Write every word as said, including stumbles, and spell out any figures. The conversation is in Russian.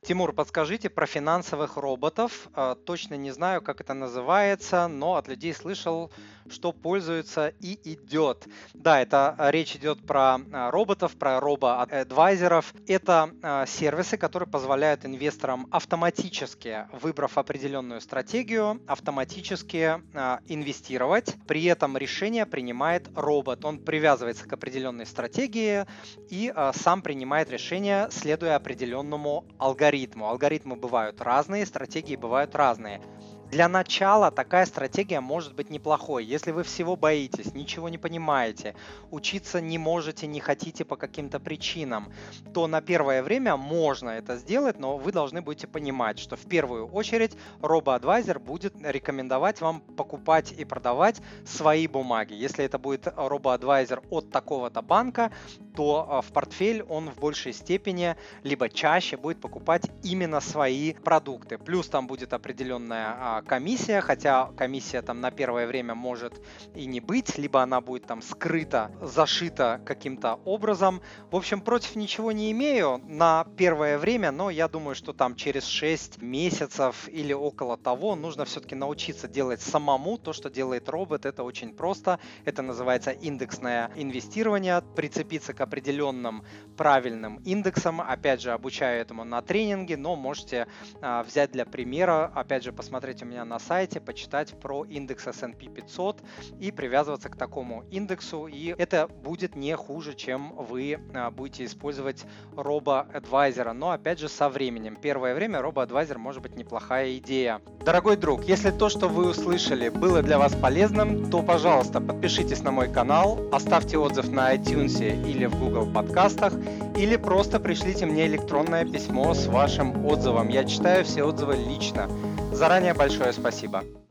Тимур, подскажите про финансовых роботов. А, Точно не знаю, как это называется, но от людей слышал, что пользуются и идет. Да, это а, речь идет про а, роботов, про робо-адвайзеров. Это а, сервисы, которые позволяют инвесторам автоматически, выбрав определенную стратегию, автоматически а, инвестировать. При этом решение принимает робот. Он привязывается к определенной стратегии и а, сам принимает решение, следуя определенному алгоритму. Алгоритмы бывают разные, стратегии бывают разные. Для начала такая стратегия может быть неплохой. Если вы всего боитесь, ничего не понимаете, учиться не можете, не хотите по каким-то причинам, то на первое время можно это сделать, но вы должны будете понимать, что в первую очередь робо-адвайзер будет рекомендовать вам покупать и продавать свои бумаги. Если это будет робо-адвайзер от такого-то банка, то а, в портфель он в большей степени либо чаще будет покупать именно свои продукты. Плюс там будет определенная а, комиссия, хотя комиссия там на первое время может и не быть, либо она будет там скрыта, зашита каким-то образом. В общем, против ничего не имею на первое время, но я думаю, что там через шесть месяцев или около того нужно все-таки научиться делать самому то, что делает робот. Это очень просто. Это называется индексное инвестирование, прицепиться к определенным правильным индексам. Опять же, обучаю этому на тренинге, но можете а, взять для примера, опять же, посмотреть у меня на сайте, почитать про индекс эс энд пи пятьсот и привязываться к такому индексу. И это будет не хуже, чем вы а, будете использовать робо-адвайзера. Но опять же, со временем. Первое время робо-адвайзер может быть неплохая идея. Дорогой друг, если то, что вы услышали, было для вас полезным, то, пожалуйста, подпишитесь на мой канал, оставьте отзыв на iTunes или в Google подкастах, или просто пришлите мне электронное письмо с вашим отзывом. Я читаю все отзывы лично. Заранее большое спасибо.